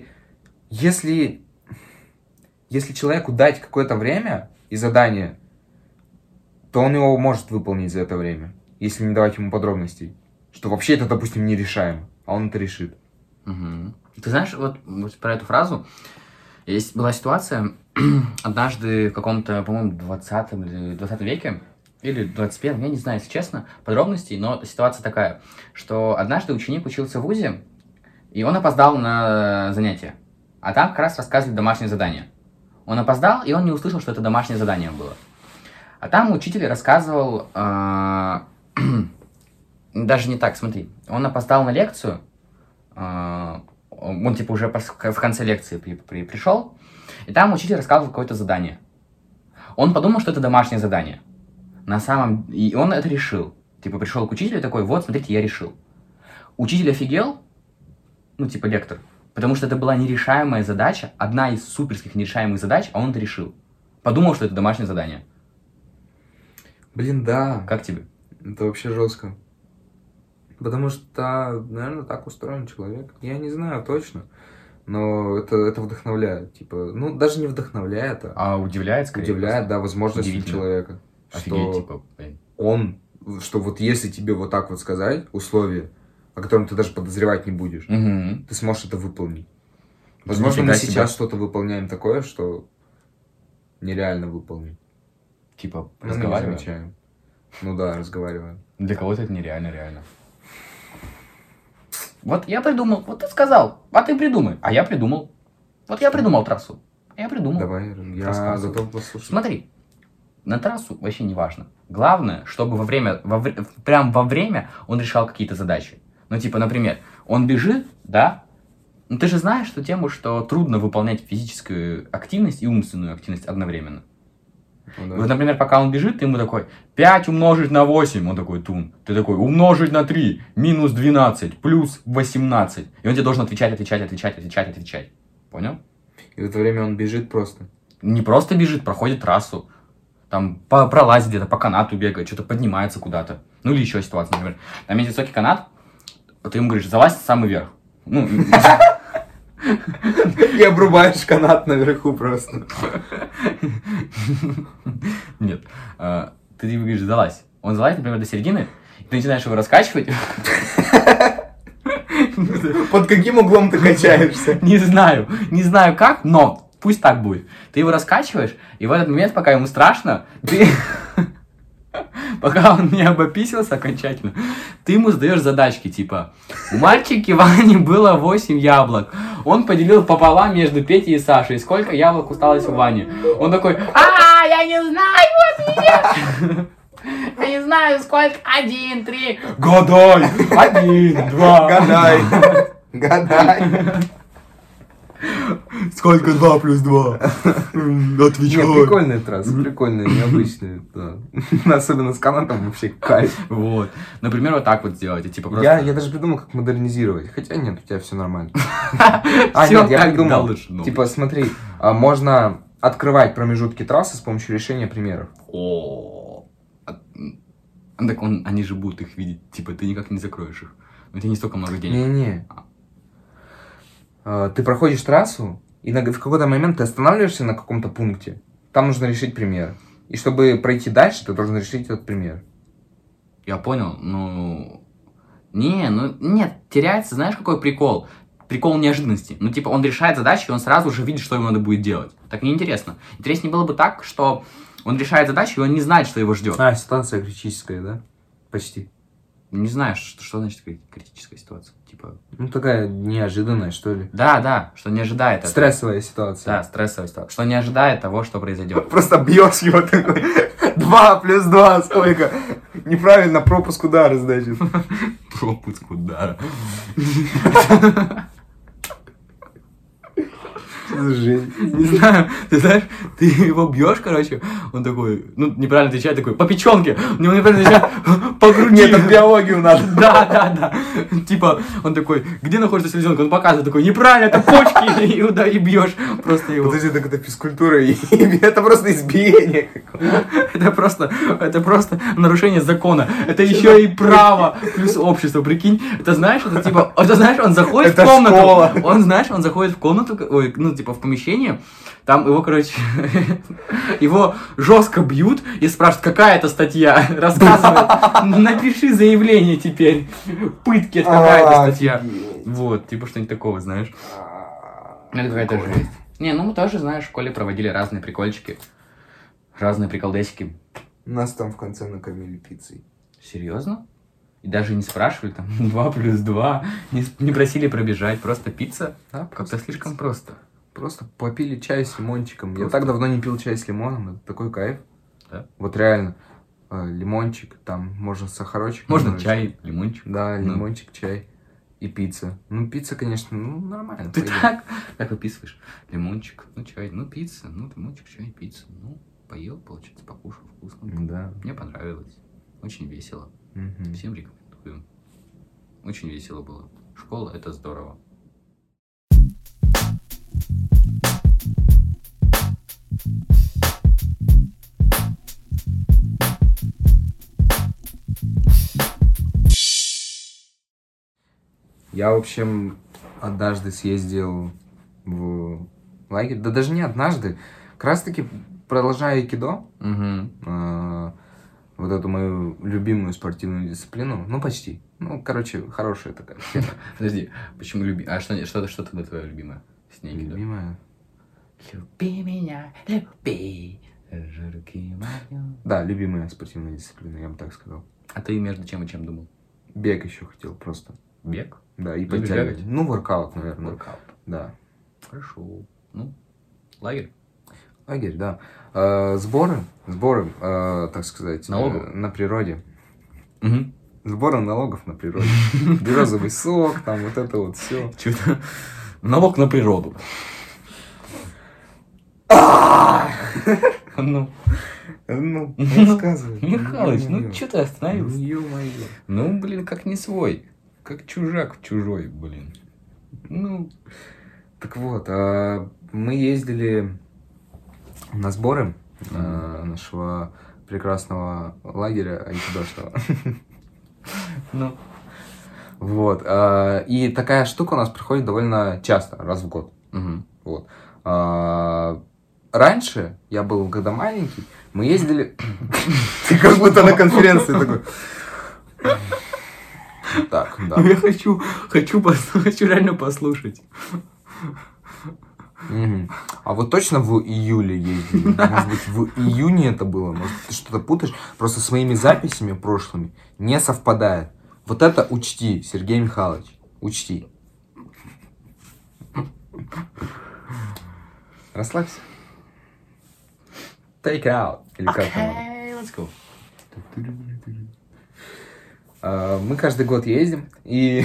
человеку дать какое-то время и задание, то он его может выполнить за это время. Если не давать ему подробностей. Что вообще это, допустим, нерешаемо. А он это решит. Ты знаешь, вот про эту фразу. Была ситуация, однажды в каком-то, по-моему, 20 или 20 веке, или 21, я не знаю, если честно, подробностей, но ситуация такая, что однажды ученик учился в вузе, и он опоздал на занятие. А там как раз рассказывали домашнее задание. Он опоздал, и он не услышал, что это домашнее задание было. А там учитель рассказывал... Даже не так, смотри. Он опоздал на лекцию, он типа уже в конце лекции пришел, и там учитель рассказывал какое-то задание. Он подумал, что это домашнее задание. И он это решил. Типа пришел к учителю такой, вот, смотрите, я решил. Учитель офигел, ну типа лектор, потому что это была нерешаемая задача, одна из суперских нерешаемых задач, а он это решил. Подумал, что это домашнее задание. Блин, да. Как тебе? Это вообще жестко. Потому что, наверное, так устроен человек. Я не знаю точно, но это вдохновляет. Типа, ну, даже не вдохновляет, а удивляет, скорее. Удивляет, да, возможности человека. Офигеть, что типа, что вот если тебе вот так вот сказать, условия, о котором ты даже подозревать не будешь, ты сможешь это выполнить. Возможно, мы сейчас что-то выполняем такое, что нереально выполнить. Типа, разговариваем? Мы не замечаем. Ну да, разговариваем. Для кого-то это нереально, реально. Вот я придумал, вот ты сказал, а ты придумай. А я придумал. Вот я придумал трассу. Я придумал. Давай, я готов послушать. Смотри, на трассу вообще не важно. Главное, чтобы прям во время он решал какие-то задачи. Ну, типа, например, он бежит, да? Ну, ты же знаешь ту тему, что трудно выполнять физическую активность и умственную активность одновременно. Ну, да. Вот, например, пока он бежит, ты ему такой, 5 умножить на 8, он такой, тун. Ты такой, умножить на 3, минус 12, плюс 18. И он тебе должен отвечать. Понял? И в это время он бежит просто? Не просто бежит, проходит трассу. Там пролазит где-то, по канату бегает, что-то поднимается куда-то. Ну, или еще ситуация, например. Там есть высокий канат, ты ему говоришь, залазь в самый верх. Ну, и обрубаешь канат наверху просто. Нет. Ты ему говоришь, залазь. Он залазит, например, до середины, и ты начинаешь его раскачивать. Под каким углом ты качаешься? Не знаю как, но пусть так будет. Ты его раскачиваешь, и в этот момент, пока ему страшно, пока он не обописился окончательно, ты ему задаешь задачки, типа, у мальчики Вани было 8 яблок, он поделил пополам между Петей и Сашей, сколько яблок осталось у Вани? Он такой, я не знаю ответ! Я не знаю, сколько, 1, 3, гадай, 1, 2, гадай. Сколько 2 плюс 2? Отвечай. Нет, прикольные трассы, прикольные, необычные. Да. Особенно с канатом вообще кайф. Вот. Например, вот так вот сделать. И, типа, просто... я даже придумал, как модернизировать. Хотя нет, у тебя все нормально. Нет, я придумал. Типа, смотри, можно открывать промежутки трассы с помощью решения примеров. О, Так они же будут их видеть, типа, ты никак не закроешь их. У тебя не столько много денег. Не-не. Ты проходишь трассу, и в какой-то момент ты останавливаешься на каком-то пункте. Там нужно решить пример. И чтобы пройти дальше, ты должен решить этот пример. Я понял, нет, теряется, знаешь, какой прикол? Прикол неожиданности. Ну, типа, он решает задачу, и он сразу же видит, что ему надо будет делать. Так неинтересно. Интереснее было бы так, что он решает задачу, и он не знает, что его ждет. Ситуация критическая, да? Почти. Не знаю, что значит критическая ситуация. Типа... Ну, такая неожиданная, что ли. Да, что не ожидает этого. Стрессовая ситуация. Да, стрессовая ситуация. Что не ожидает того, что произойдет. Просто бьешь его такой. 2 + 2 сколько? Неправильно, пропуск удара, значит. Пропуск удара. Жесть. Не знаю, ты знаешь, ты его бьешь, короче, он такой, неправильно отвечает, такой, по печенке, у него неправильно отвечает, по груди. Нет, там биологию надо. Да. Типа, он такой, где находится селезенка? Он показывает, такой, неправильно, это почки, и бьешь просто его. Подожди, так это физкультура, это просто избиение. Это просто нарушение закона. Это еще и право плюс общество, прикинь. Это знаешь, он заходит в комнату. Он заходит в комнату, в помещение, там его, короче, его жестко бьют и спрашивают, какая это статья, рассказывает, напиши заявление теперь, пытки, это какая-то статья. Вот, типа что-нибудь такого, знаешь. Это какая-то жесть. Мы тоже, знаешь, в школе проводили разные прикольчики, разные приколдесики. Нас там в конце накормили пиццей. Серьезно? И даже не спрашивали, там, 2 + 2, не просили пробежать, просто пицца? Да, как-то слишком просто. Просто попили чай с лимончиком. Я так давно не пил чай с лимоном, это такой кайф. Да? Вот реально. Лимончик, там можно сахарочек. Можно чай, лимончик. Да, лимончик, чай и пицца. Пицца, конечно, нормально. Ты так описываешь. Лимончик, чай, пицца, лимончик, чай, пицца. Поел, получается, покушал вкусно. Да. Мне понравилось. Очень весело. Всем рекомендую. Очень весело было. Школа — это здорово. Я, в общем, однажды съездил в лагерь. Да даже не однажды. Как раз таки, продолжая айкидо, вот эту мою любимую спортивную дисциплину, почти. Короче, хорошая такая. Подожди, почему любимая? А что тогда твоя любимая с ней? Любимая? Люби меня, люби, руки мои. Да, любимая спортивная дисциплина, я бы так сказал. А ты между чем и чем думал? Бег еще хотел просто. Бег? Да, и подтягивать. Воркаут, наверное. Воркаут. Да. Хорошо. Лагерь? Лагерь, да. Сборы, так сказать, налогов? На природе. Угу. Сборы налогов на природе. Березовый сок, там вот это вот все. Что-то... Налог на природу. Рассказывай. Михалыч, что ты остановился? Ё-моё. Как не свой. Как чужак чужой, блин. Так вот, мы ездили на сборы нашего прекрасного лагеря айкидошного. Вот. И такая штука у нас проходит довольно часто, раз в год. Вот. Раньше, я был когда маленький, мы ездили... Ты как будто на конференции такой... Так, да. Я хочу реально послушать. А вот точно в июле ездили? Может быть, в июне это было? Может, ты что-то путаешь? Просто с моими записями прошлыми не совпадает. Вот это учти, Сергей Михайлович. Учти. Расслабься. Take it out. Или как там? Let's go. Мы каждый год ездим. И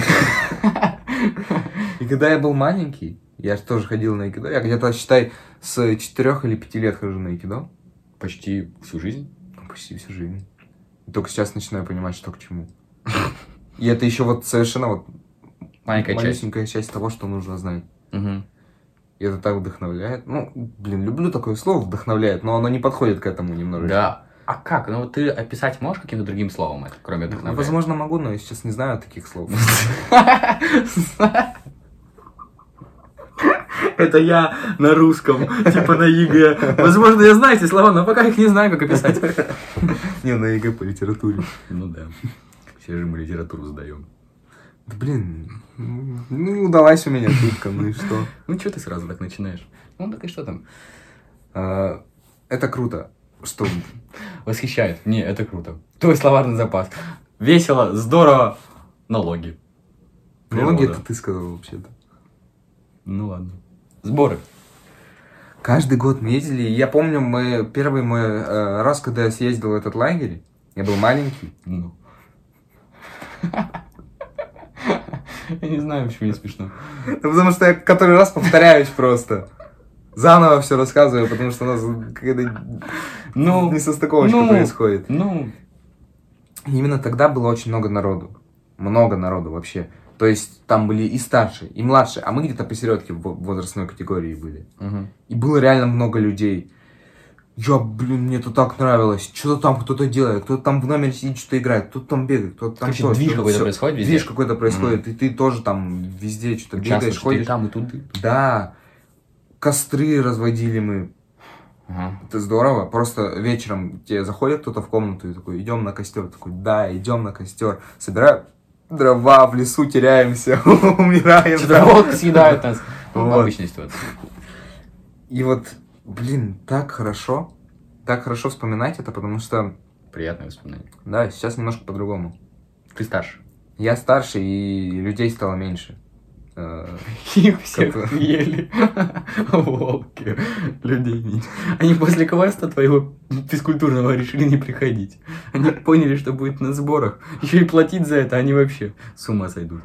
когда я был маленький, я же тоже ходил на айкидо. Я где-то, считай, с 4 или 5 лет хожу на айкидо. Почти всю жизнь? Почти всю жизнь. И только сейчас начинаю понимать, что к чему. И это еще вот совершенно малюсенькая часть того, что нужно знать. И это так вдохновляет. Люблю такое слово, вдохновляет, но оно не подходит к этому немножечко. Да. А как? Ну, ты описать можешь каким-то другим словом это, кроме вдохновляет? Возможно, могу, но я сейчас не знаю таких слов. Это я на русском, типа на ЕГЭ. Возможно, я знаю эти слова, но пока их не знаю, как описать. Не, на ЕГЭ по литературе. Ну да. Все же мы литературу сдаем. Да блин, ну удалась у меня шутка, ну и что? Ну что ты сразу так начинаешь? Ну так и что там? Это круто. Что? Восхищает. Не, это круто. Твой словарный запас. Весело, здорово. Налоги. Налоги это ты сказал вообще-то. Ну ладно. Сборы. Каждый год мы ездили. Я помню, первый мой раз, когда я съездил в этот лагерь, я был маленький. Ну. Я не знаю, почему не смешно. Потому что я который раз повторяюсь просто. Заново все рассказываю, потому что у нас какая-то несостыковочка происходит. Ну. Именно тогда было очень много народу. Много народу вообще. То есть там были и старшие, и младшие, а мы где-то посередке в возрастной категории были. И было реально много людей. Мне это так нравилось. Что-то там кто-то делает, кто-то там в номере сидит, что-то играет, кто-то там бегает, кто-то там что-то. Движ какой-то происходит везде? Движ какой-то происходит, и ты тоже там везде что-то бегаешь, ходишь. Там и тут. Да. Костры разводили мы. Это здорово. Просто вечером тебе заходит кто-то в комнату и такой, идем на костер. Такой, да, идем на костер. Собираем дрова, в лесу теряемся, умираем. Что-то волки съедают нас. Обычная ситуация. И вот, блин, так хорошо вспоминать это, потому что... Приятное воспоминание. Да, сейчас немножко по-другому. Ты старше. Я старше, и людей стало меньше. Их всех ели. Волки. Людей нет. Они после квеста твоего физкультурного решили не приходить. Они поняли, что будет на сборах. Еще и платить за это, они вообще с ума сойдут.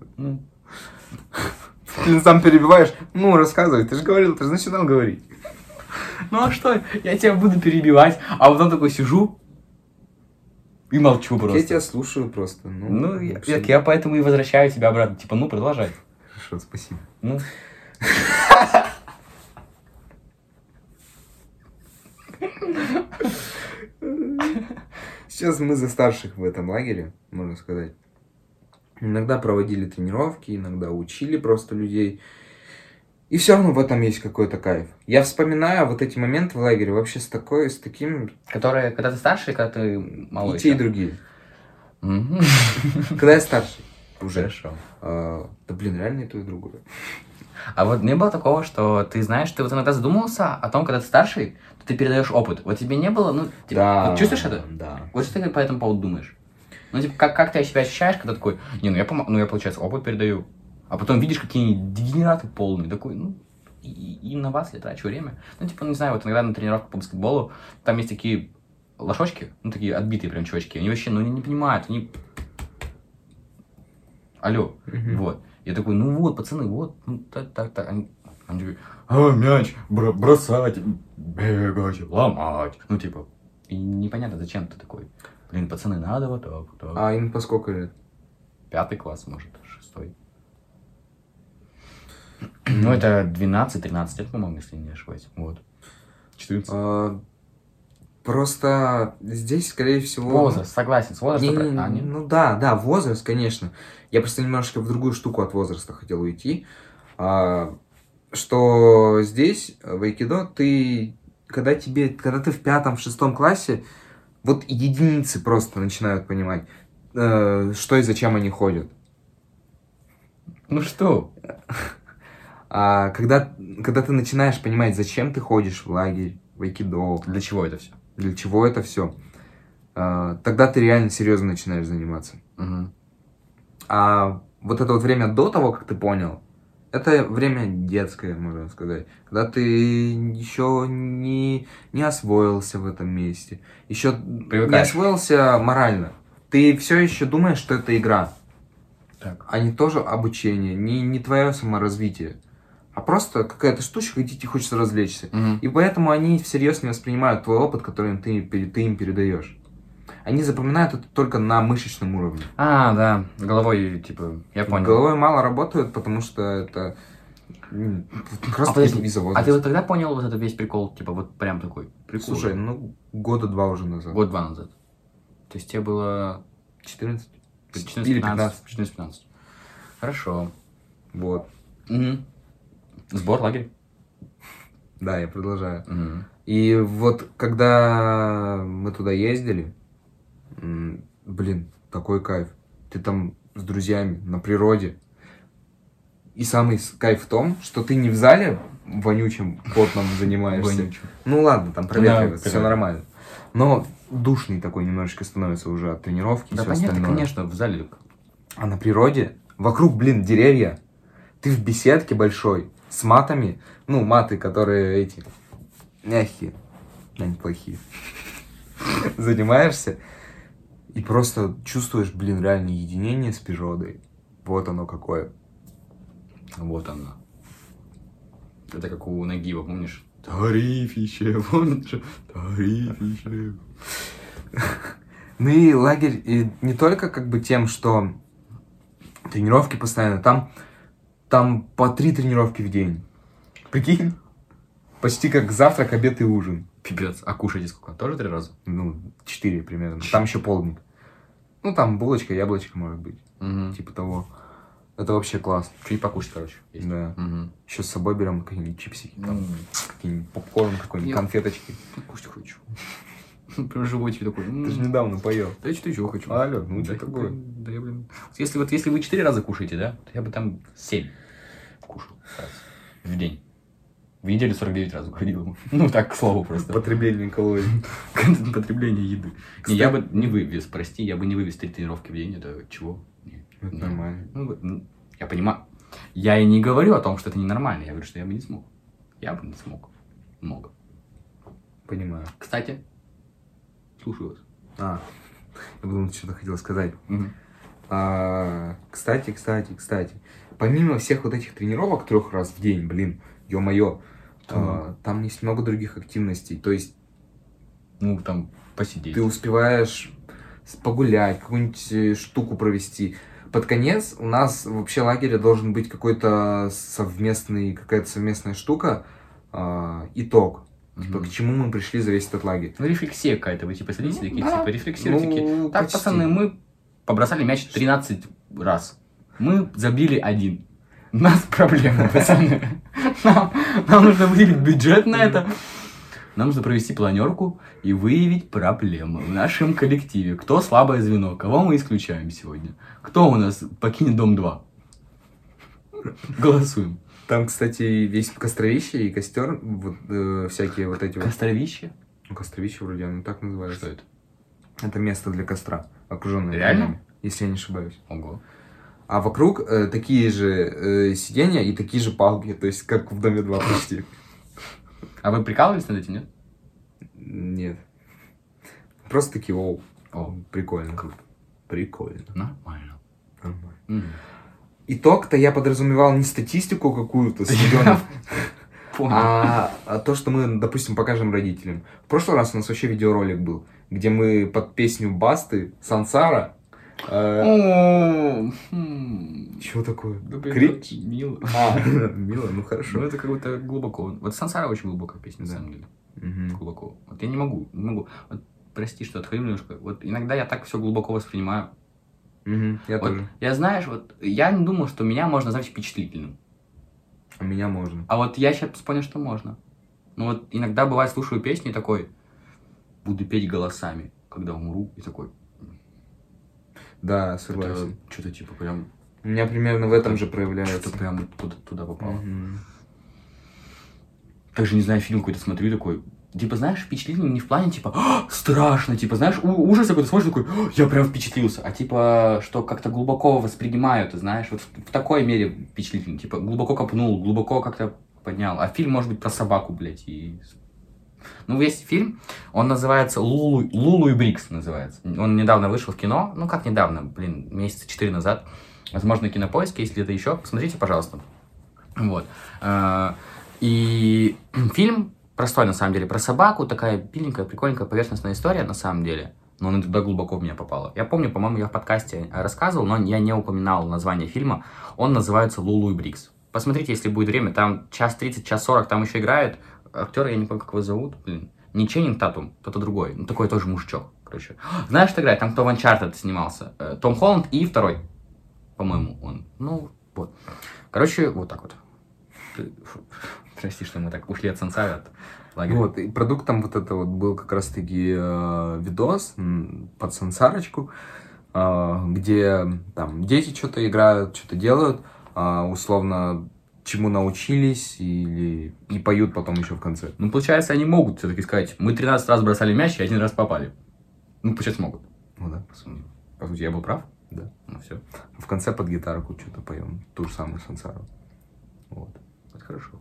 Ты сам перебиваешь. Ну, рассказывай, ты же говорил, ты же начинал говорить. Ну а что, я тебя буду перебивать, а потом такой сижу и молчу просто. Я тебя слушаю просто. Я поэтому и возвращаю тебя обратно. Типа, продолжай. Хорошо, спасибо. Сейчас мы за старших в этом лагере, можно сказать. Иногда проводили тренировки, иногда учили просто людей. И все равно в этом есть какой-то кайф. Я вспоминаю вот эти моменты в лагере вообще с таким... Которые, когда ты старший, когда ты малой. И те, и другие. Когда я старший. Уже. Хорошо. Да блин, реально и то, и другое. А вот не было такого, что ты знаешь, ты вот иногда задумывался о том, когда ты старший, то ты передаешь опыт. Вот тебе не было, да, вот чувствуешь это? Да. Вот что ты по этому поводу думаешь? Как ты себя ощущаешь, когда такой, я, получается, опыт передаю, а потом видишь, какие они дегенераты полные, такой, и на вас я трачу время. Не знаю, вот иногда на тренировках по баскетболу, там есть такие лошочки, такие отбитые прям чувачки, они вообще, они не понимают, они... Алло, вот. Я такой, пацаны, так. Они такие, мяч, бросать, бегать, ломать. И непонятно, зачем ты такой. Блин, пацаны, надо вот так. А им по сколько лет? 5 класс, может, 6. Это 12-13 лет, по-моему, если не ошибаюсь. Вот. 14. Просто здесь, скорее всего... Возраст, согласен, с возрастом. Да, возраст, конечно. Я просто немножко в другую штуку от возраста хотел уйти. Что здесь, в айкидо, когда ты в 5-6 классе, вот единицы просто начинают понимать, что и зачем они ходят. Что? А когда ты начинаешь понимать, зачем ты ходишь в лагерь, в айкидо. Для чего это все? Для чего это все? Тогда ты реально серьезно начинаешь заниматься. А вот это вот время до того, как ты понял, это время детское, можно сказать. Когда ты еще не освоился в этом месте. Еще не освоился морально. Ты все еще думаешь, что это игра. Так. А не тоже обучение, не твое саморазвитие. А просто какая-то штучка, где тебе хочется развлечься. И поэтому они всерьез не воспринимают твой опыт, который ты им передаешь. Они запоминают это только на мышечном уровне. Да. Головой, я понял. Головой мало работают, потому что это Как раз таки виза возраст. А ты вот тогда понял вот этот весь прикол? Типа вот прям такой прикол? Слушай, ну, 2 года уже назад. 2 года назад. То есть тебе было... 14? 14, Или 15. 14-15. Хорошо. Вот. Угу. Сбор, лагерь? Да, я продолжаю. Угу. И вот когда мы туда ездили, блин, такой кайф. Ты там с друзьями на природе. И самый кайф в том, что ты не в зале вонючим, потным занимаешься. Вонючим. Ну ладно, там проветривается, Да, все нормально. Но душный такой немножечко становится уже от тренировки и Да все понятно, остальное. конечно, в зале. А на природе, вокруг, блин, деревья. Ты в беседке большой, с матами. Ну, маты, которые эти, мягкие, а не плохие. Занимаешься. И просто чувствуешь, блин, реально единение с природой. Вот оно какое. Вот она. Это как у Нагиева, помнишь? Тарифище, помнишь? Тарифище. Ну и лагерь и не только как бы тем, что тренировки постоянно. Там по 3 тренировки в день. Прикинь? Почти как завтрак, обед и ужин. Пипец. А кушаете сколько? Тоже 3 раза? Ну, 4 примерно. Там еще полдник. Ну, там булочка, яблочко может быть. Угу. Типа того. Это вообще класс. Что-нибудь покушать, короче. Есть. Да. Угу. Еще с собой берем какие-нибудь чипсики, там, какие-нибудь попкорн, какой-нибудь, конфеточки. Кушать хочу. Прям животик такой. Ты же недавно поел. Да я что-то еще хочу. Алло, ну да, что такое? Да я, блин. Если вы 4 раза кушаете, да, то я бы там 7 кушал раз в день. В неделю 49 раз уходил ему. Ну так, к слову просто. Потребление калорий. Потребление еды. Не, я бы не вывез, прости, я бы не вывез 3 тренировки в день. Это чего? Это нормально. Ну, я понимаю. Я и не говорю о том, что это ненормально. Я говорю, что я бы не смог. Я бы не смог. Много. Понимаю. Кстати, слушаю вас. Я подумал, ты что-то хотел сказать. Угу. Кстати. Помимо всех вот этих тренировок 3 раз в день, блин, ё-моё, там есть много других активностей. То есть Ну, там, посидеть. ты успеваешь погулять, какую-нибудь штуку провести. Под конец у нас вообще лагеря должен быть какая-то совместная штука, итог. Типа, к чему мы пришли за весь этот лагерь. Ну, рефлексия какая-то. Вы, типа, садитесь такие, да. типа, рефлексируете такие. Так, почти. пацаны, мы побросали мяч 13 раз. Мы забили 1. У нас проблемы, пацаны. Нам нужно выделить бюджет на это. Нам нужно провести планерку и выявить проблемы в нашем коллективе. Кто слабое звено? Кого мы исключаем сегодня? Кто у нас покинет дом 2? Голосуем. Там, кстати, есть костровище и костер, вот, всякие вот эти вот. Костровище? Ну, костровище вроде оно так называется. Что это? Это место для костра, окруженное Реально? камнями, если я не ошибаюсь. Ого. А вокруг такие же сиденья и такие же палки, то есть как в доме 2 почти. А вы прикалывались над этим, нет? Нет. Просто такие, О, прикольно. круто. Прикольно. Нормально. Нормально. Мгм. Итог-то я подразумевал не статистику какую-то с ребенком, Понял. а то, что мы, допустим, покажем родителям. В прошлый раз у нас вообще видеоролик был, где мы под песню Басты «Сансара». Чего такое? Да, блин, Крик? мило. Мило, ну Ну, хорошо. это как будто глубоко. Вот Сансара очень глубокая песня, на Да. самом деле. Мгм. Глубоко. Вот я не могу. Вот, прости, что отходим немножко. Вот иногда я так все глубоко воспринимаю. Я Вот, тоже. я, знаешь, вот я не думал, что меня можно назвать впечатлительным. А меня можно. А вот я сейчас понял, что можно. Ну вот иногда бывает, слушаю песни и такой, буду петь голосами, когда умру, и такой, Да, это согласен. что-то типа прям, У меня примерно в этом же проявляется. что-то прям туда попало. Мгм. Также, не знаю, фильм какой-то смотрю такой, типа, знаешь, впечатлительный не в плане, типа, страшно, типа, знаешь, ужас какой-то смотришь, такой, я прям впечатлился, а типа, что как-то глубоко воспринимаю, ты знаешь, вот в такой мере впечатлительный, типа, глубоко копнул, глубоко как-то поднял, а фильм может быть про собаку, блядь, и... Ну, есть фильм, он называется «Лулу и Брикс» называется, он недавно вышел в кино, ну, как недавно, блин, месяца 4 назад, возможно, на Кинопоиске, если это еще, посмотрите, пожалуйста, вот, и фильм простой, на самом деле, про собаку, такая пиленькая, прикольненькая, поверхностная история, на самом деле. Но она туда глубоко в меня попала. Я помню, по-моему, я в подкасте рассказывал, но я не упоминал название фильма. Он называется «Лулу и Брикс». Посмотрите, если будет время, там час 30, час 40, там еще играет актер, я не помню, как его зовут, блин. Не Ченнинг Татум, кто-то другой, ну такой тоже мужичок, короче. Знаешь, что играет? Там кто в Uncharted снимался? Том Холланд и второй, по-моему, он. Ну, вот. Короче, вот так вот. Прости, что мы так ушли от сансары, от лагеря. Вот, и продуктом вот это вот был как раз-таки видос под сансарочку, где там дети что-то играют, что-то делают, условно, чему научились, или и поют потом еще в конце. Ну, получается, они могут все-таки сказать, мы 13 раз бросали мяч и 1 раз попали. Ну, получается, могут. Ну да. По сути, я был прав. Да. Ну, все. В конце под гитарку что-то поем, ту же самую сансару. Вот. Это хорошо.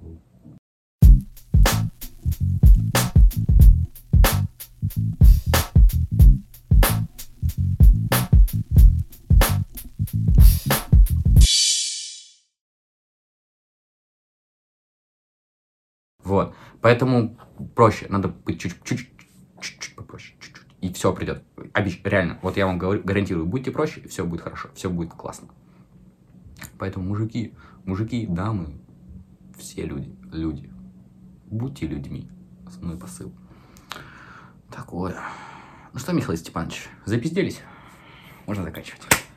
Вот. Поэтому проще. Надо быть чуть-чуть попроще. Чуть-чуть. И все придет. Реально. Вот я вам говорю, гарантирую, будьте проще, и все будет хорошо. Все будет классно. Поэтому мужики, дамы, все люди. Будьте людьми. Основной посыл. Такое. Ну что, Михаил Степанович, запизделись? Можно заканчивать.